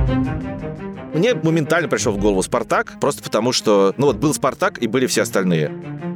Мне моментально пришел в голову «Спартак», просто потому что, был «Спартак» и были все остальные.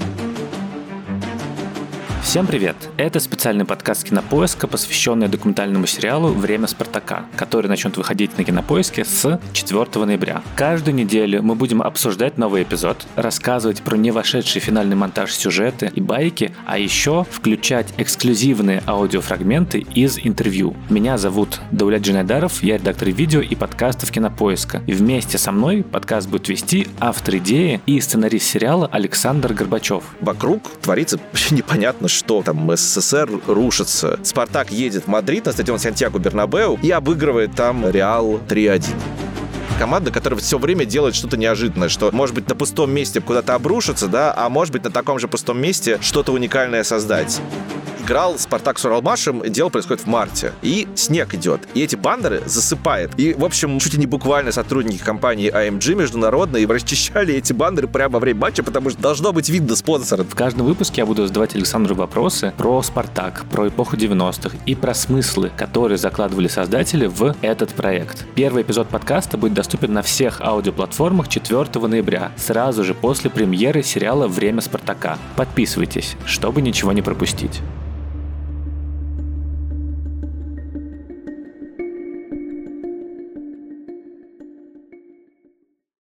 Всем привет! Это специальный подкаст Кинопоиска, посвященный документальному сериалу «Время Спартака», который начнет выходить на Кинопоиске с 4 ноября. Каждую неделю мы будем обсуждать новый эпизод, рассказывать про не вошедший финальный монтаж сюжеты и байки, а еще включать эксклюзивные аудиофрагменты из интервью. Меня зовут Даулет Джинайдаров, я редактор видео и подкастов Кинопоиска. И вместе со мной подкаст будет вести автор идеи и сценарист сериала Александр Горбачев. Вокруг творится вообще непонятно, что там СССР рушится. «Спартак» едет в Мадрид на стадион Сантьяго-Бернабеу и обыгрывает там «Реал» 3-1. Команда, которая все время делает что-то неожиданное, что, может быть, на пустом месте куда-то обрушиться, да, а может быть, на таком же пустом месте что-то уникальное создать. Играл «Спартак» с «Уралмашем», дело происходит в марте. И снег идет. И эти бандеры засыпает. И, в общем, чуть ли не буквально сотрудники компании AMG международной расчищали эти бандеры прямо во время матча, потому что должно быть видно спонсора. В каждом выпуске я буду задавать Александру вопросы про «Спартак», про эпоху 90-х и про смыслы, которые закладывали создатели в этот проект. Первый эпизод подкаста будет доступен на всех аудиоплатформах 4 ноября, сразу же после премьеры сериала «Время Спартака». Подписывайтесь, чтобы ничего не пропустить.